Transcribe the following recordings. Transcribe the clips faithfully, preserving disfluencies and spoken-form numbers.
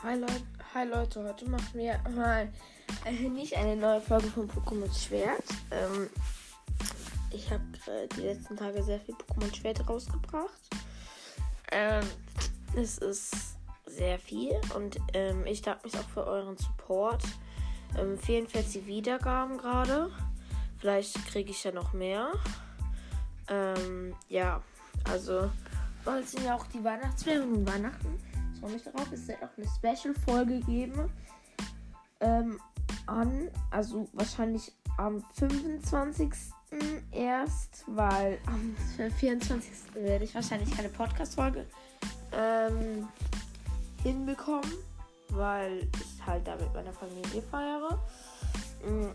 Hi Leute, hi Leute, heute machen wir mal äh, nicht eine neue Folge von Pokémon Schwert. Ähm, ich habe äh, die letzten Tage sehr viel Pokémon Schwert rausgebracht. Ähm, es ist sehr viel und ähm, ich danke mich auch für euren Support. Ähm, vierundvierzig Wiedergaben gerade. Vielleicht kriege ich ja noch mehr. Ähm, ja, also bald sind ja auch die Weihnachtsferien und Weihnachten. Ich freue mich darauf. Es wird auch eine Special-Folge geben. Ähm, an, also wahrscheinlich am fünfundzwanzigsten erst, weil am vierundzwanzigsten werde ich wahrscheinlich keine Podcast-Folge ähm, hinbekommen, weil ich halt da mit meiner Familie feiere. Mhm.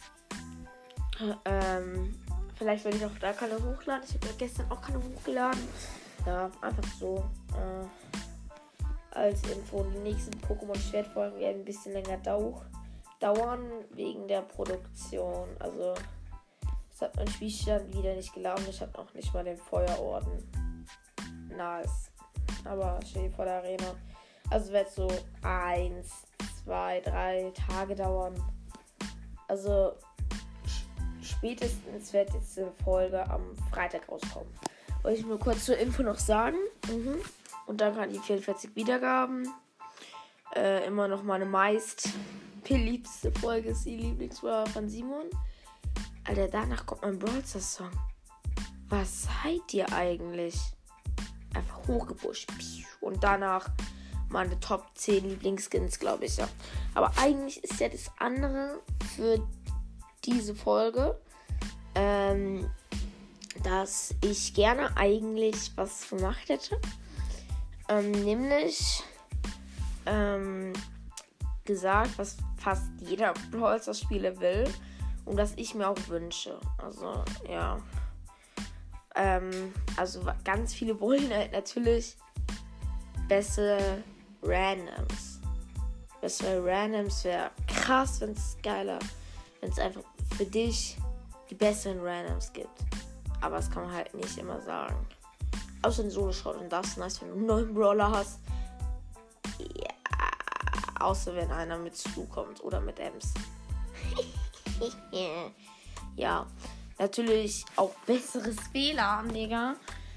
Ähm, vielleicht werde ich auch da keine hochladen. Ich habe ja gestern auch keine hochgeladen. Ja, einfach so. Äh, als Info. Die nächsten Pokémon-Schwertfolgen werden ein bisschen länger dau- dauern wegen der Produktion. Also, es hat mein Spielstand wieder nicht geladen. Ich habe noch nicht mal den Feuerorden. Nice. Aber stehe vor der Arena. Also wird so eins, zwei, drei Tage dauern. Also spätestens wird jetzt die Folge am Freitag rauskommen. Wollte ich nur kurz zur Info noch sagen. Mhm. Und dann kann die vierundvierzig Wiedergaben. Äh, immer noch meine meist beliebteste Folge ist die Lieblingsfolge von Simon. Alter, danach kommt mein Brawl Stars Song. Was seid ihr eigentlich? Einfach hochgepusht. Und danach meine Top zehn Lieblingsskins, glaube ich, ja. Aber eigentlich ist ja das andere für diese Folge, ähm, dass ich gerne eigentlich was gemacht hätte. Ähm, nämlich ähm, gesagt, was fast jeder Brawl Stars Spieler will und was ich mir auch wünsche. Also, ja. Ähm, also ganz viele wollen halt natürlich bessere Randoms. Bessere Randoms wäre krass, wenn es geiler, wenn es einfach für dich die besseren Randoms gibt. Aber das kann man halt nicht immer sagen. Außer in Solo-Shot und das ist nice, wenn du einen neuen Brawler hast. Ja, außer wenn einer mit Stu kommt oder mit Ems. Ja, natürlich auch besseres W L A N, Digga.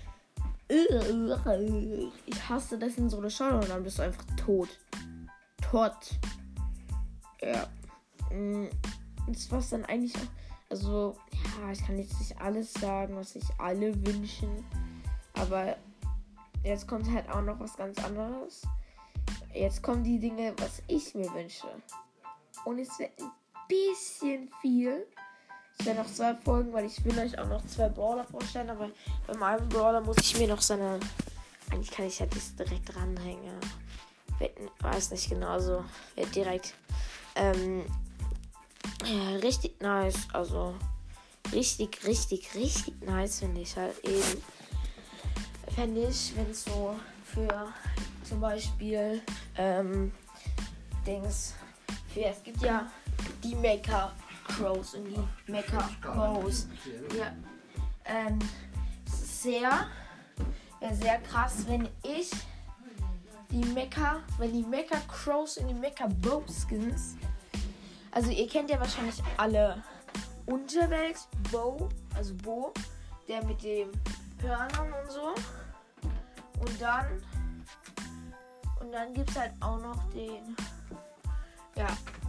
Ich hasse das in Solo-Shot und dann bist du einfach tot. Tot. Ja. Das war's dann eigentlich auch. Also, ja, ich kann jetzt nicht alles sagen, was sich alle wünschen. Aber jetzt kommt halt auch noch was ganz anderes. Jetzt kommen die Dinge, was ich mir wünsche. Und es wird ein bisschen viel. Es werden noch zwei Folgen, weil ich will euch auch noch zwei Brawler vorstellen. Aber bei meinem Brawler muss ich mir noch seine... Eigentlich kann ich ja das direkt ranhängen. Ja. Weiß nicht genau, also wird direkt... Ähm, ja, richtig nice. Also richtig, richtig, richtig nice finde ich halt eben. Fände ich, wenn es so für zum Beispiel ähm, Dings, für, es gibt ja die Mecha Crows und die Mecha Crows. Ja, ähm, es ist sehr, wäre sehr krass, wenn ich die Mecha, wenn die Mecha Crows und die Mecha Bow Skins, also ihr kennt ja wahrscheinlich alle Unterwelt Bow, also Bo, der mit dem Hörnern und so. Und dann und dann gibt es halt auch noch den ja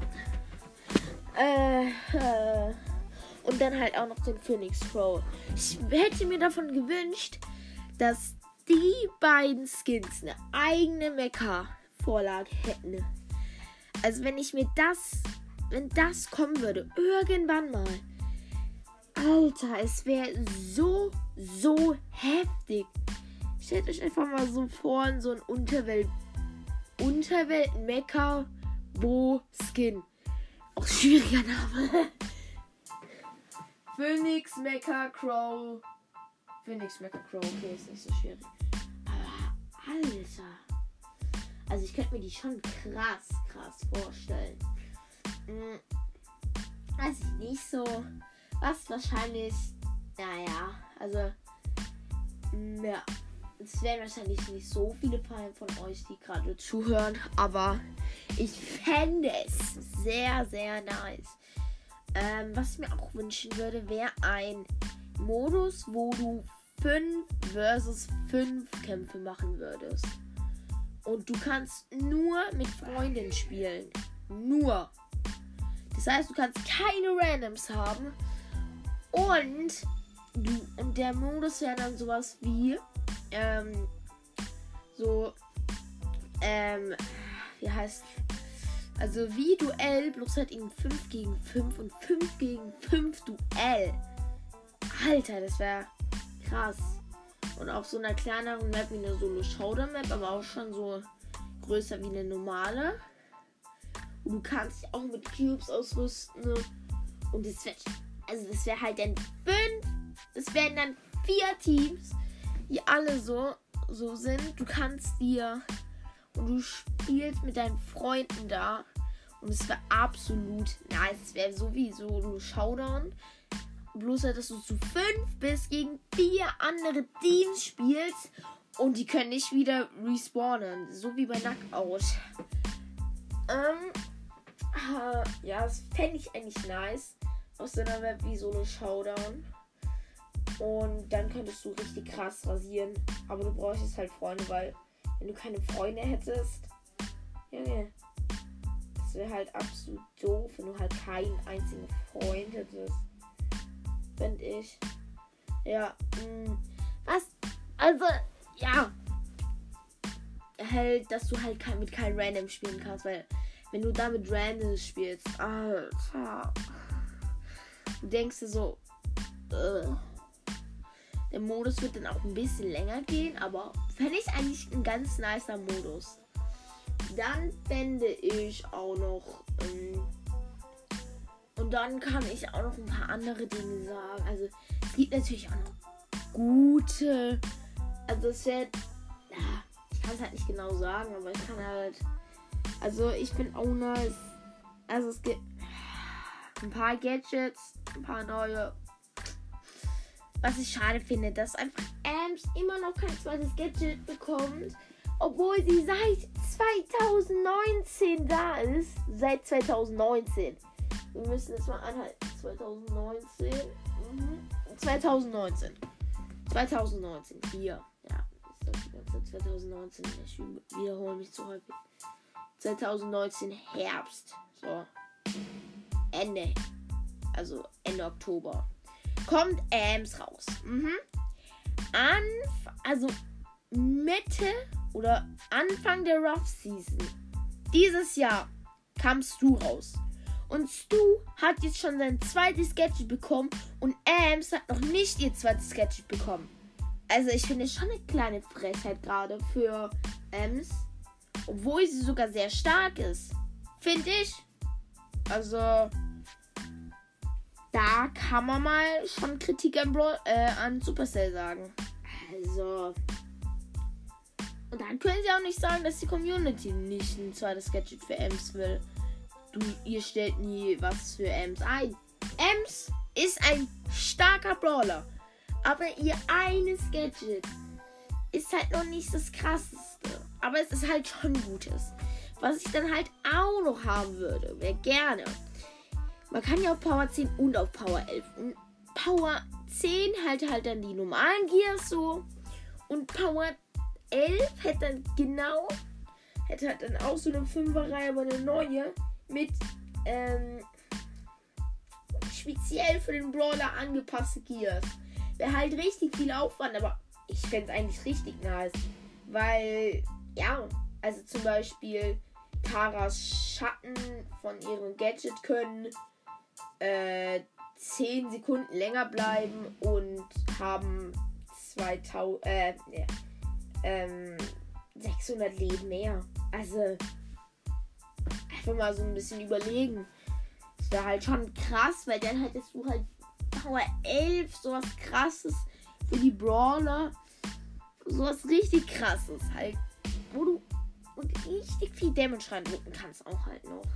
äh, äh, und dann halt auch noch den Phoenix Crow. Ich hätte mir davon gewünscht, dass die beiden Skins eine eigene Mecha-Vorlage hätten. Also wenn ich mir das, wenn das kommen würde, irgendwann mal, Alter, es wäre so, so heftig. Stellt euch einfach mal so vor, in so ein Unterwelt, Unterwelt Mecha Bo Skin. Auch schwieriger Name. Phoenix Mecha Crow. Phoenix Mecha Crow, okay, ist nicht so schwierig. Aber, Alter. Also ich könnte mir die schon krass, krass vorstellen. Hm, weiß ich nicht so. Was wahrscheinlich, naja, also, ja. es werden wahrscheinlich nicht so viele von euch, die gerade zuhören, aber ich fände es sehr, sehr nice. Ähm, was ich mir auch wünschen würde, wäre ein Modus, wo du fünf versus fünf Kämpfe machen würdest. Und du kannst nur mit Freunden spielen. Nur. Das heißt, du kannst keine Randoms haben. Und, du, und der Modus wäre dann sowas wie, ähm, so, ähm, wie heißt, also wie Duell, bloß halt eben fünf gegen fünf und fünf gegen fünf Duell. Alter, das wäre krass. Und auf so einer kleineren Map wie eine Solo-Showdown-Map, aber auch schon so größer wie eine normale. Und du kannst dich auch mit Cubes ausrüsten. Und das wäre, also das wäre halt dann fünf, es wären dann vier Teams, die alle so, so sind. Du kannst dir, und du spielst mit deinen Freunden da. Und es wäre absolut nice. Es wäre so wie Solo-Showdown. Bloß halt, dass du zu fünf bist gegen vier andere Teams spielst und die können nicht wieder respawnen. So wie bei Knockout. Ähm, äh, ja, das fände ich eigentlich nice. Aus so einer Map wie Solo Showdown. Und dann könntest du richtig krass rasieren. Aber du bräuchtest halt Freunde, weil wenn du keine Freunde hättest, Junge, das wäre halt absolut doof, wenn du halt keinen einzigen Freund hättest. Finde ich. Ja. Mh, was? Also, ja. Halt, dass du halt mit keinem Random spielen kannst, weil wenn du da mit Random spielst, Alter. Du denkst dir so, äh, der Modus wird dann auch ein bisschen länger gehen, aber fände ich eigentlich ein ganz nicer Modus. Dann fände ich auch noch, ähm, und dann kann ich auch noch ein paar andere Dinge sagen. Also es gibt natürlich auch noch gute. Also es wird. Ja, ich kann es halt nicht genau sagen, aber ich kann halt. Also ich finde auch nice. Also es gibt ein paar Gadgets, ein paar neue. Was ich schade finde, dass einfach Amps immer noch kein zweites Gadget bekommt. Obwohl sie seit zwanzig neunzehn da ist. Seit zwanzig neunzehn. Wir müssen jetzt mal anhalten. zwanzig neunzehn. Mhm. zwanzig neunzehn. zwanzig neunzehn. Hier. Ja. Das ist die ganze Zeit zwanzig neunzehn. Ich wiederhole mich zu häufig. zwanzig neunzehn Herbst. So. Ende. Also Ende Oktober. Kommt Ams raus. Mhm. Anf- also Mitte oder Anfang der Rough Season. Dieses Jahr kam Stu raus. Und Stu hat jetzt schon sein zweites Gadget bekommen und Ams hat noch nicht ihr zweites Gadget bekommen. Also ich finde es schon eine kleine Frechheit gerade für Ams. Obwohl sie sogar sehr stark ist. Finde ich. Also da kann man mal schon Kritik an, Bro- äh, an Supercell sagen. Also. Und dann können sie auch nicht sagen, dass die Community nicht ein zweites Gadget für Ams will. Du, ihr stellt nie was für Ams ein. Ams ist ein starker Brawler. Aber ihr eines Gadget ist halt noch nicht das krasseste. Aber es ist halt schon gutes. Was ich dann halt auch noch haben würde, wäre gerne. Man kann ja auf Power zehn und auf Power elf. Und Power zehn halt halt dann die normalen Gears so. Und Power elf hätte dann genau, hätte halt dann auch so eine Fünfer-Reihe, aber eine neue. Mit, ähm, speziell für den Brawler angepasste Gears. Wäre halt richtig viel Aufwand, aber ich fände es eigentlich richtig nice. Weil, ja, also zum Beispiel Taras Schatten von ihrem Gadget können äh, zehn Sekunden länger bleiben und haben zweitausend, äh, ja, ähm, sechshundert Leben mehr. Also, einfach mal so ein bisschen überlegen. Das wäre halt schon krass, weil dann hättest du halt Power elf, sowas krasses für die Brawler. Sowas richtig krasses halt. Wo du und richtig viel Damage reindrücken kannst auch halt noch.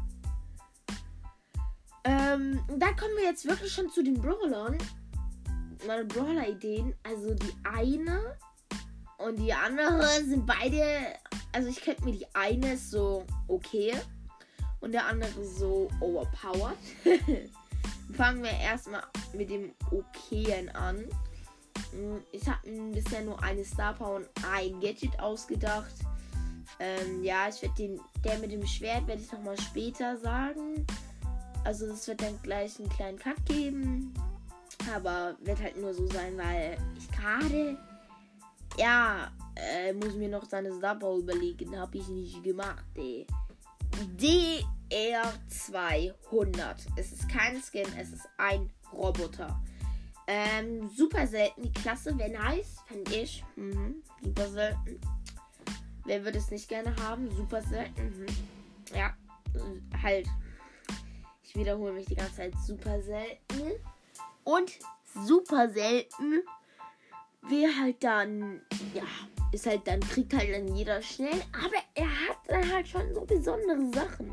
Ähm, da kommen wir jetzt wirklich schon zu den Brawlern. Meine Brawler-Ideen. Also die eine Und die andere sind beide, also ich könnte mir die eine ist so okay und der andere so overpowered. Fangen wir erstmal mit dem Okayen an. Ich habe mir bisher nur eine Star Power und ein Gadget ausgedacht. Ähm, ja, ich werde den, der mit dem Schwert werde ich nochmal später sagen. Also es wird dann gleich einen kleinen Cut geben. Aber wird halt nur so sein, weil ich gerade, ja, äh, muss mir noch seine Star Power überlegen. Habe ich nicht gemacht, ey. D R zweihundert. Es ist kein Skin, es ist ein Roboter. Ähm, super selten. Die Klasse wäre nice, fand ich. Mhm. Super selten. Wer würde es nicht gerne haben? Super selten. Mhm. Ja, halt. Ich wiederhole mich die ganze Zeit. Super selten. Und super selten wäre halt dann, ja, ist halt dann, kriegt halt dann jeder schnell. Aber er hat dann halt schon so besondere Sachen.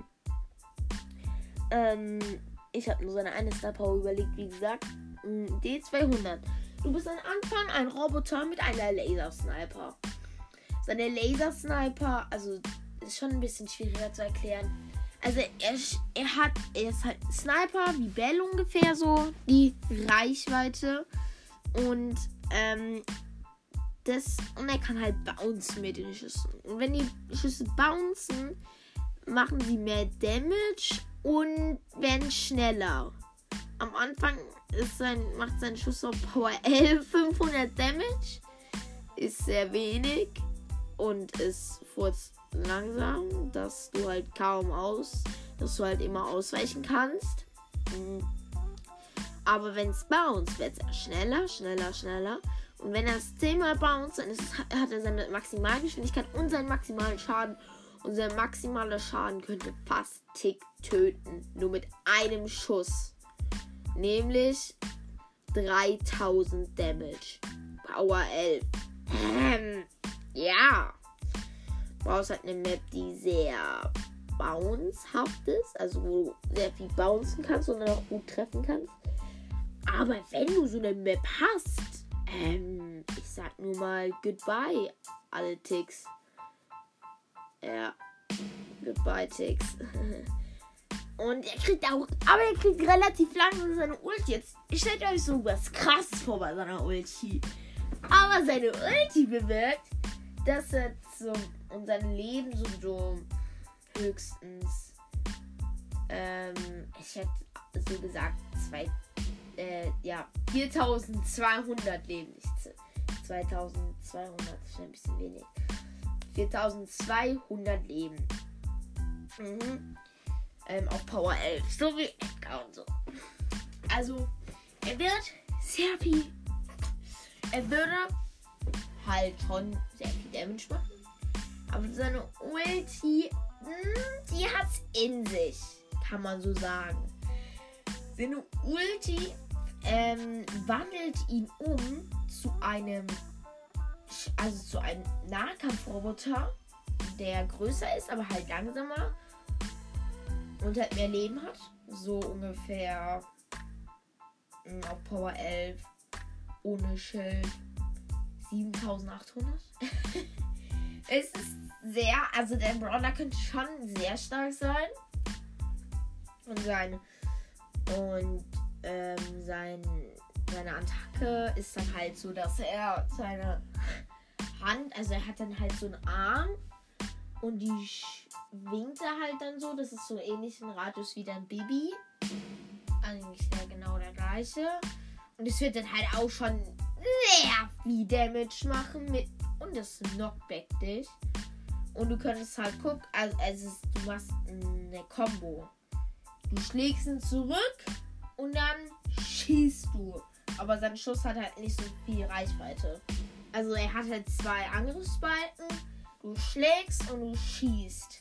Ähm, ich habe nur seine eine Star Power überlegt, wie gesagt. D zweihundert. Du bist am Anfang ein Roboter mit einer Lasersniper. Seine Lasersniper, also ist schon ein bisschen schwieriger zu erklären. Also er, er hat, er ist halt Sniper wie Bell ungefähr so, die Reichweite. Und ähm, das, und er kann halt bouncen mit den Schüssen. Und wenn die Schüsse bouncen, machen sie mehr Damage und werden schneller. Am Anfang ist sein, macht sein Schuss auf Power elf fünfhundert Damage. Ist sehr wenig und ist furzt langsam, dass du halt kaum aus, dass du halt immer ausweichen kannst. Aber wenn es bounce, wird es schneller, schneller, schneller. Und wenn er es zehnmal bounce, dann ist es, hat er seine Maximalgeschwindigkeit und seinen maximalen Schaden. Und sein maximaler Schaden könnte fast Tick töten. Nur mit einem Schuss. Nämlich dreitausend Damage. Power elf. Ähm, ja. Du brauchst halt eine Map, die sehr bouncehaft ist. Also wo du sehr viel bouncen kannst und dann auch gut treffen kannst. Aber wenn du so eine Map hast, ähm, ich sag nur mal Goodbye, alle Ticks. Ja. Goodbye, Ticks. Und er kriegt auch, aber er kriegt relativ langsam seine Ulti. Jetzt stellt euch so was Krasses vor bei seiner Ulti. Aber seine Ulti bewirkt, dass er so in seinem Leben so, so höchstens, ähm, ich hätte so gesagt, zwei, äh, ja, viertausendzweihundert Leben. Nicht zweitausendzweihundert, ist ein bisschen wenig. viertausendzweihundert Leben. Mhm. Ähm, auf Power elf. So wie Edgar und so. Also, er wird sehr viel. Er würde halt schon sehr viel Damage machen. Aber seine Ulti, mh, die hat's in sich. Kann man so sagen. Seine Ulti ähm, wandelt ihn um zu einem, also zu einem Nahkampfroboter, der größer ist, aber halt langsamer. Und halt mehr Leben hat. So ungefähr mh, auf Power elf. Ohne Schild. siebentausendachthundert. Es ist sehr, also der Brawler könnte schon sehr stark sein. Und sein, und ähm, sein, seine Attacke ist dann halt so, dass er seine Hand, also er hat dann halt so einen Arm. Und die schwingt er halt dann so. Das ist so ähnlich ein Radius wie dein Baby. Eigentlich ja genau der gleiche. Und es wird dann halt auch schon sehr viel Damage machen. Mit, und das knockback dich. Und du könntest halt gucken, also, also du machst eine Combo. Du schlägst ihn zurück und dann schießt du. Aber sein Schuss hat halt nicht so viel Reichweite. Also er hat halt zwei Angriffsbalken. Du schlägst und du schießt.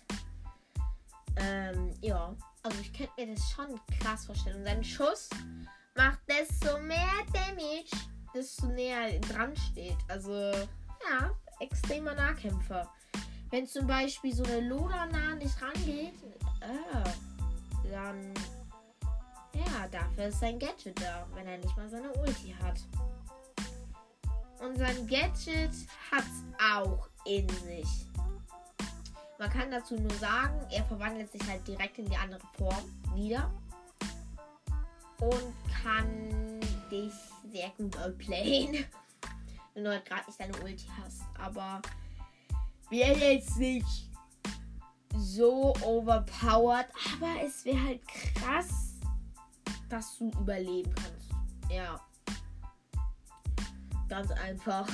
Ähm, ja. Also ich könnte mir das schon krass vorstellen. Und sein Schuss macht desto mehr Damage, desto näher er dran steht. Also, ja, extremer Nahkämpfer. Wenn zum Beispiel so eine Lola nah nicht rangeht, äh, dann, ja, dafür ist sein Gadget da, wenn er nicht mal seine Ulti hat. Und Und sein Gadget hat's auch in sich. Man kann dazu nur sagen, er verwandelt sich halt direkt in die andere Form wieder. Und kann dich sehr gut outplayen. Wenn du halt gerade nicht deine Ulti hast. Aber wäre jetzt nicht so overpowered. Aber es wäre halt krass, dass du überleben kannst. Ja. Ganz einfach.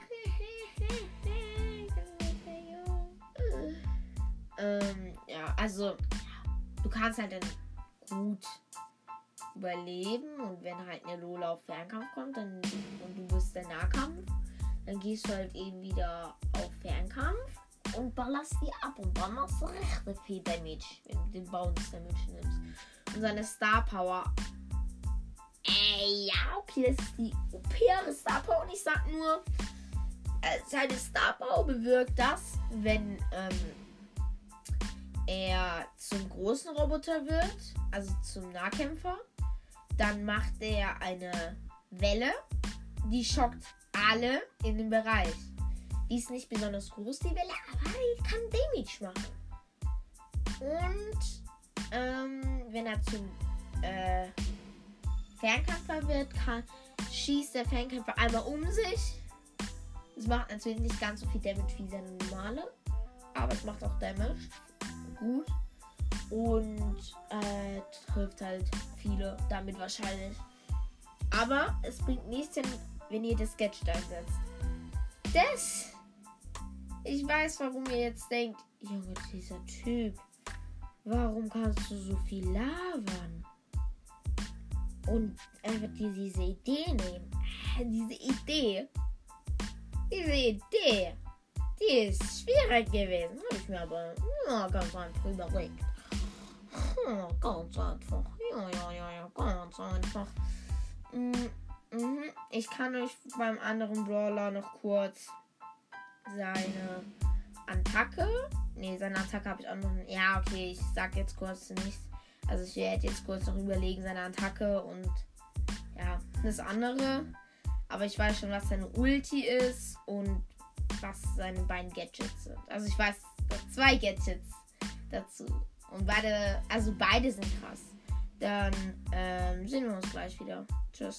ähm, ja, also du kannst halt dann gut überleben und wenn halt eine Lola auf Fernkampf kommt dann, und du bist der Nahkampf, dann gehst du halt eben wieder auf Fernkampf und ballerst die ab und dann machst du richtig viel Damage, wenn du den Bounce Damage nimmst. Und seine Star Power, ey, ja, okay, das ist die O P-ere Star Power und ich sag nur, äh, seine Star Power bewirkt das, wenn ähm, er zum großen Roboter wird, also zum Nahkämpfer, dann macht er eine Welle, die schockt alle in dem Bereich. Die ist nicht besonders groß, die Welle, aber die kann Damage machen. Und ähm, wenn er zum äh, Fernkämpfer wird, kann, schießt der Fernkämpfer einmal um sich. Es macht natürlich nicht ganz so viel Damage wie der normale, aber es macht auch Damage. Gut. Und äh, trifft halt viele damit wahrscheinlich. Aber es bringt nichts, wenn ihr das Gadget einsetzt. Das, ich weiß, warum ihr jetzt denkt, Junge, dieser Typ, warum kannst du so viel labern? Und einfach dir diese Idee nehmen. Diese Idee. Diese Idee. Die ist schwierig gewesen. Habe ich mir aber ja, ganz einfach überlegt. Hm, ganz einfach. Ja, ja, ja, ja, ganz einfach. Mhm. Ich kann euch beim anderen Brawler noch kurz seine Attacke. Ne, seine Attacke habe ich auch noch. Ja, okay, ich sag jetzt kurz nichts. Also ich werde jetzt kurz noch überlegen, seine Attacke und ja, das andere. Aber ich weiß schon, was seine Ulti ist und was seine beiden Gadgets sind. Also ich weiß zwei Gadgets dazu. Und beide, also beide sind krass. Dann ähm, sehen wir uns gleich wieder. Tschüss.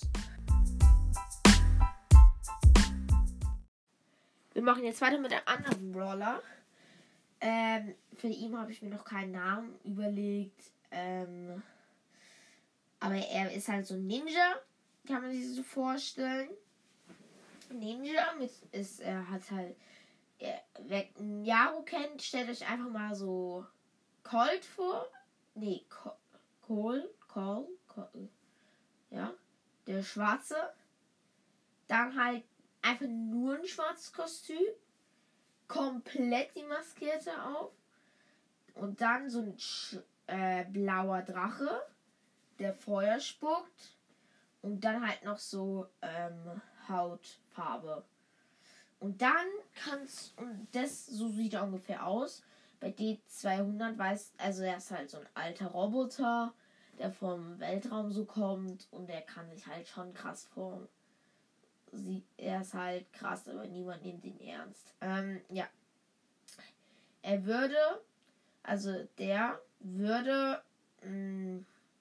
Wir machen jetzt weiter mit einem anderen Brawler. Ähm, für ihn habe ich mir noch keinen Namen überlegt. Ähm, aber er ist halt so ein Ninja. Kann man sich so vorstellen. Ninja mit ist, er hat halt, er, wer Yaro kennt, stellt euch einfach mal so Colt vor. Nee, Cole, Cole, Cole, ja, der Schwarze. Dann halt einfach nur ein schwarzes Kostüm. Komplett die Maskierte auf. Und dann so ein Sch- äh, blauer Drache, der Feuer spuckt. Und dann halt noch so ähm, Hautfarbe. Und dann kannst, und das, so sieht er ungefähr aus. Bei D zweihundert weiß, also er ist halt so ein alter Roboter, der vom Weltraum so kommt und der kann sich halt schon krass vor. Sie, er ist halt krass, aber niemand nimmt ihn ernst. Ähm, ja. Er würde, also der würde, mh,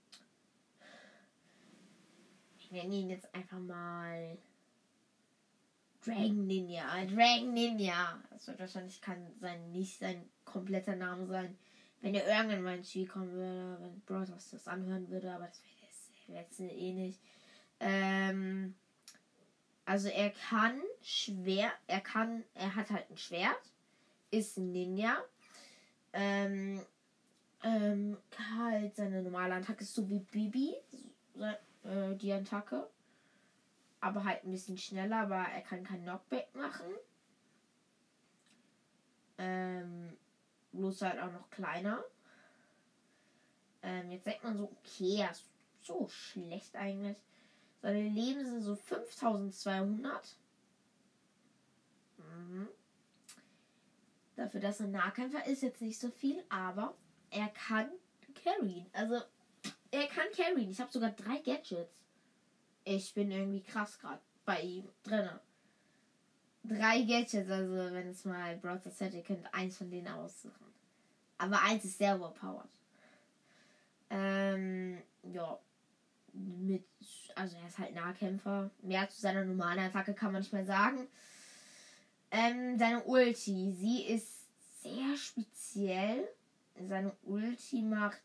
ich nenne ihn jetzt einfach mal Dragon Ninja. Dragon Ninja. Das wird wahrscheinlich kann sein, nicht sein kompletter Name sein, wenn er irgendwann mal ins Spiel kommen würde, wenn Bros das anhören würde, aber das wäre jetzt eh nicht. Ähm, also er kann schwer, er kann, er hat halt ein Schwert, ist ein Ninja. Ähm, ähm, halt seine normale Attacke ist so wie Bibi, so, äh, die Attacke. Aber halt ein bisschen schneller, aber er kann kein Knockback machen. Ähm, bloß halt auch noch kleiner. Ähm, jetzt denkt man so, okay, er ist so schlecht eigentlich. Seine Leben sind so fünftausendzweihundert. Mhm. Dafür, dass er Nahkämpfer ist, jetzt nicht so viel, aber er kann carryen. Also, er kann carryen. Ich habe sogar drei Gadgets. Ich bin irgendwie krass gerade bei ihm drinne. drei Gadgets, also wenn es mal Browser seid, ihr könnt eins von denen aussuchen. Aber eins ist sehr overpowered. Ähm, ja. Mit, also er ist halt Nahkämpfer. Mehr zu seiner normalen Attacke kann man nicht mehr sagen. Ähm, seine Ulti, sie ist sehr speziell. Seine Ulti macht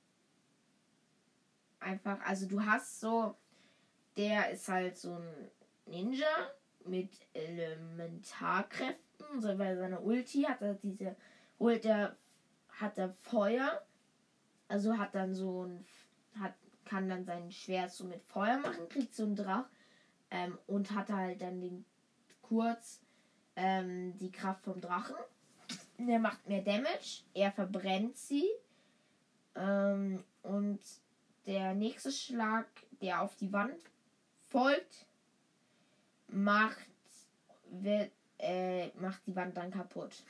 einfach, also du hast so, der ist halt so ein Ninja mit Elementarkräften. So bei seiner Ulti hat er diese, holt er, hat er Feuer. Also hat dann so ein, hat, kann dann sein Schwert so mit Feuer machen, kriegt so einen Drach. Ähm, und hat halt dann den kurz ähm, die Kraft vom Drachen. Der macht mehr Damage. Er verbrennt sie. Ähm, und der nächste Schlag, der auf die Wand folgt, macht, wird, äh, macht die Wand dann kaputt.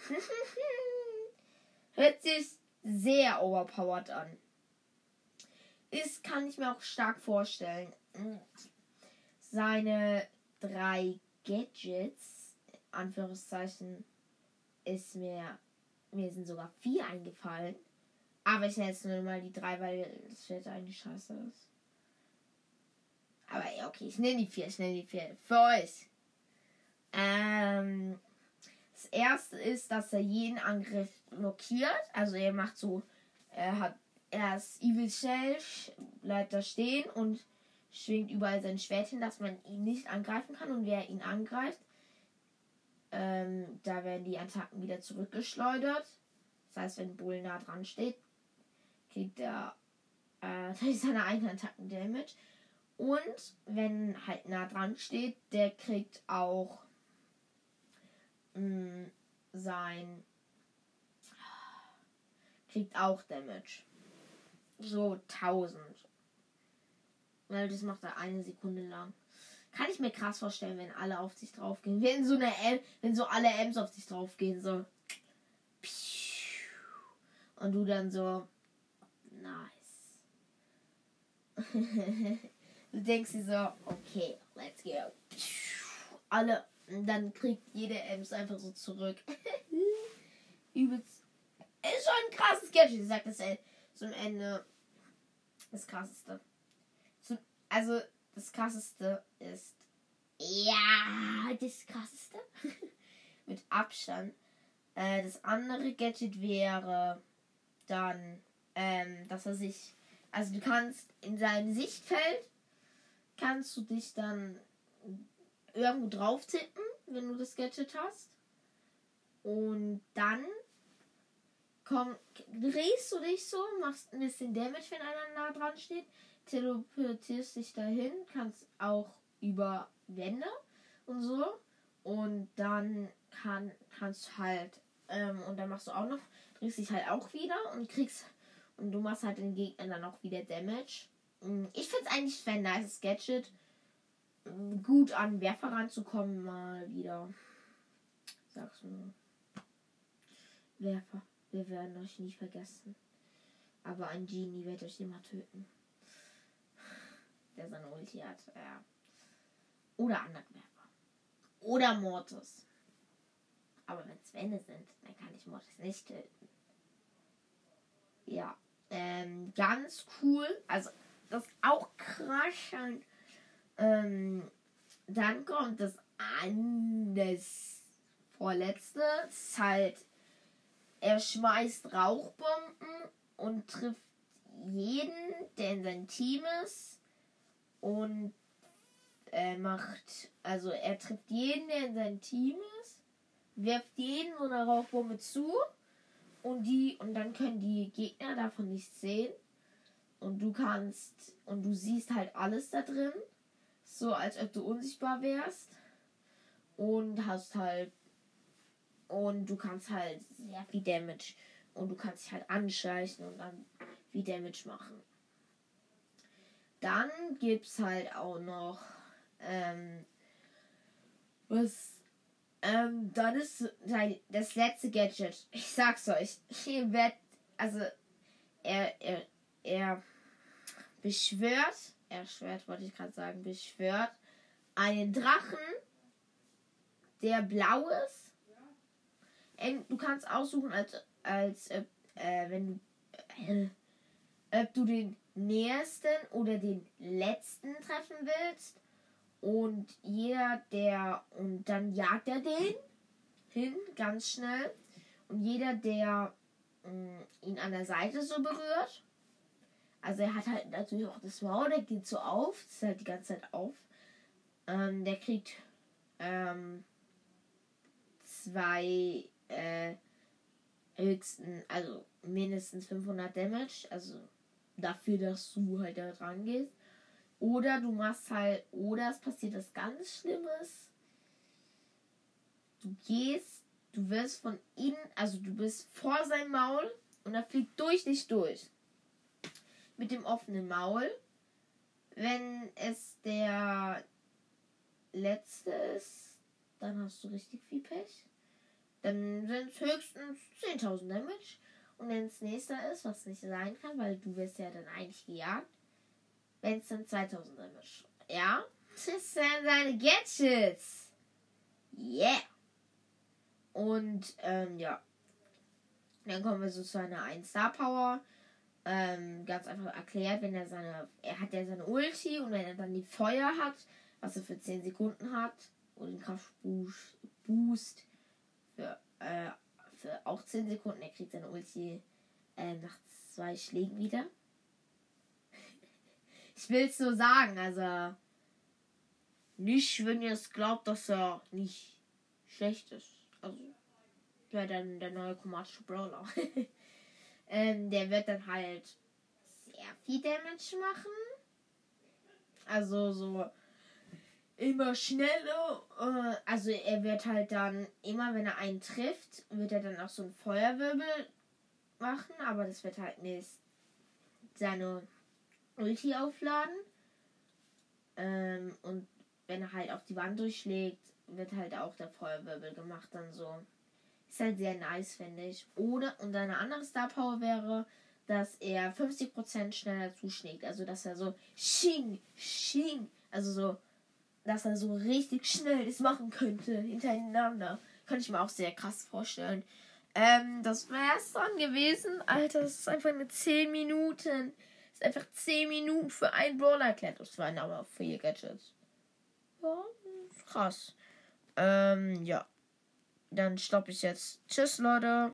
Hört sich sehr overpowered an. Ist, kann ich mir auch stark vorstellen. Seine drei Gadgets, Anführungszeichen, ist mir, mir sind sogar vier eingefallen. Aber ich nenne jetzt nur mal die drei, weil das Schwert eigentlich scheiße ist. Aber ja, okay, ich nenne die vier, ich nenne die vier. Für euch. Ähm, das erste ist, dass er jeden Angriff blockiert. Also er macht so, er hat, er ist Evil Shell, bleibt da stehen und schwingt überall sein Schwert hin, dass man ihn nicht angreifen kann. Und wer ihn angreift, ähm, da werden die Attacken wieder zurückgeschleudert. Das heißt, wenn Bull nah dran steht, kriegt er äh, seine eigenen Attacken Damage. Und wenn halt nah dran steht, der kriegt auch mh, sein kriegt auch Damage. So tausend. Weil das macht er eine Sekunde lang. Kann ich mir krass vorstellen, wenn alle auf sich draufgehen. Wenn so eine M, wenn so alle Ms auf sich draufgehen, so. Und du dann so. Nice. Du denkst dir so, okay, let's go. Alle. Und dann kriegt jede Ems einfach so zurück. Übelst. Ist schon ein krasses Gadget. Ich sag das ey, zum Ende. Das krasseste. Zum, also, das krasseste ist. Ja, das krasseste. Mit Abstand. Äh, das andere Gadget wäre dann, ähm, dass er sich. Also, du kannst in seinem Sichtfeld. Kannst du dich dann irgendwo drauf tippen, wenn du das Gadget hast. Und dann komm, drehst du dich so, machst ein bisschen Damage, wenn einer nah dran steht, teleportierst dich dahin, kannst auch über Wände und so. Und dann kann, kannst du halt, ähm, und dann machst du auch noch, drehst dich halt auch wieder und kriegst, und du machst halt den Gegnern dann auch wieder Damage. Ich finde es eigentlich ein nice Gadget. Gut an Werfer ranzukommen, mal wieder. Sag's nur. Werfer, wir werden euch nie vergessen. Aber ein Genie wird euch immer töten. Der seine Ulti hat, ja. Oder anderen Werfer. Oder Mortis. Aber wenn es Wände sind, dann kann ich Mortis nicht töten. Ja. Ähm, ganz cool. Also, das ist auch krass. Ähm, dann kommt das anders vorletzte. Das ist halt, er schmeißt Rauchbomben und trifft jeden, der in seinem Team ist. Und er macht, also er trifft jeden, der in seinem Team ist, wirft jeden so eine Rauchbombe zu. Und die, und dann können die Gegner davon nichts sehen. Und du kannst, und du siehst halt alles da drin. So, als ob du unsichtbar wärst. Und hast halt, und du kannst halt sehr viel Damage. Und du kannst dich halt anschleichen und dann viel Damage machen. Dann gibt's halt auch noch, ähm, was, ähm, dann ist das letzte Gadget. Ich sag's euch, ihr werdet, also, er, er, er beschwört, er schwört, wollte ich gerade sagen, beschwört einen Drachen der blau ist. Du kannst aussuchen, als, als äh, wenn du äh, ob du den nächsten oder den letzten treffen willst. Und jeder, der, und dann jagt er den hin, ganz schnell. Und jeder, der mh, ihn an der Seite so berührt, also er hat halt natürlich auch das Maul, der geht so auf, das ist halt die ganze Zeit auf. Ähm, der kriegt ähm, zwei äh, höchsten, also mindestens fünfhundert Damage, also dafür, dass du halt da dran gehst. Oder du machst halt, oder es passiert was ganz Schlimmes. Du gehst, du wirst von innen, also du bist vor seinem Maul und er fliegt durch dich durch. Mit dem offenen Maul. Wenn es der letzte ist, dann hast du richtig viel Pech. Dann sind es höchstens zehntausend Damage. Und wenn es nächster ist, was nicht sein kann, weil du wirst ja dann eigentlich gejagt, wenn es dann zweitausend Damage. Ja? Das sind seine Gadgets. Yeah. Und, ähm, ja. Dann kommen wir so zu einer eins Star Power. Ähm, ganz einfach erklärt, wenn er seine, er hat ja seine Ulti und wenn er dann die Feuer hat, was er für zehn Sekunden hat, und den Kraftboost für, äh, für auch zehn Sekunden, er kriegt seine Ulti äh, nach zwei Schlägen wieder. Ich will es so sagen, also nicht, wenn ihr es glaubt, dass er nicht schlecht ist. Also, wäre dann der neue chromatische Brawler. ähm, der wird dann halt sehr viel Damage machen. Also so immer schneller. Äh, also er wird halt dann, immer wenn er einen trifft, wird er dann auch so einen Feuerwirbel machen. Aber das wird halt nicht seine Ulti aufladen. Ähm, und wenn er halt auf die Wand durchschlägt, wird halt auch der Feuerwirbel gemacht dann so. Ist halt sehr nice, finde ich. Oder, und eine andere Star Power wäre, dass er fünfzig Prozent schneller zuschlägt. Also, dass er so Sching, Sching, also so, dass er so richtig schnell das machen könnte, hintereinander. Könnte ich mir auch sehr krass vorstellen. Ähm, das wäre es dann gewesen. Alter, das ist einfach eine zehn Minuten. Das ist einfach zehn Minuten für einen Brawler erklärt. Das waren aber vier Gadgets. Ja, krass. Ähm, ja. Dann stoppe ich jetzt. Tschüss, Leute.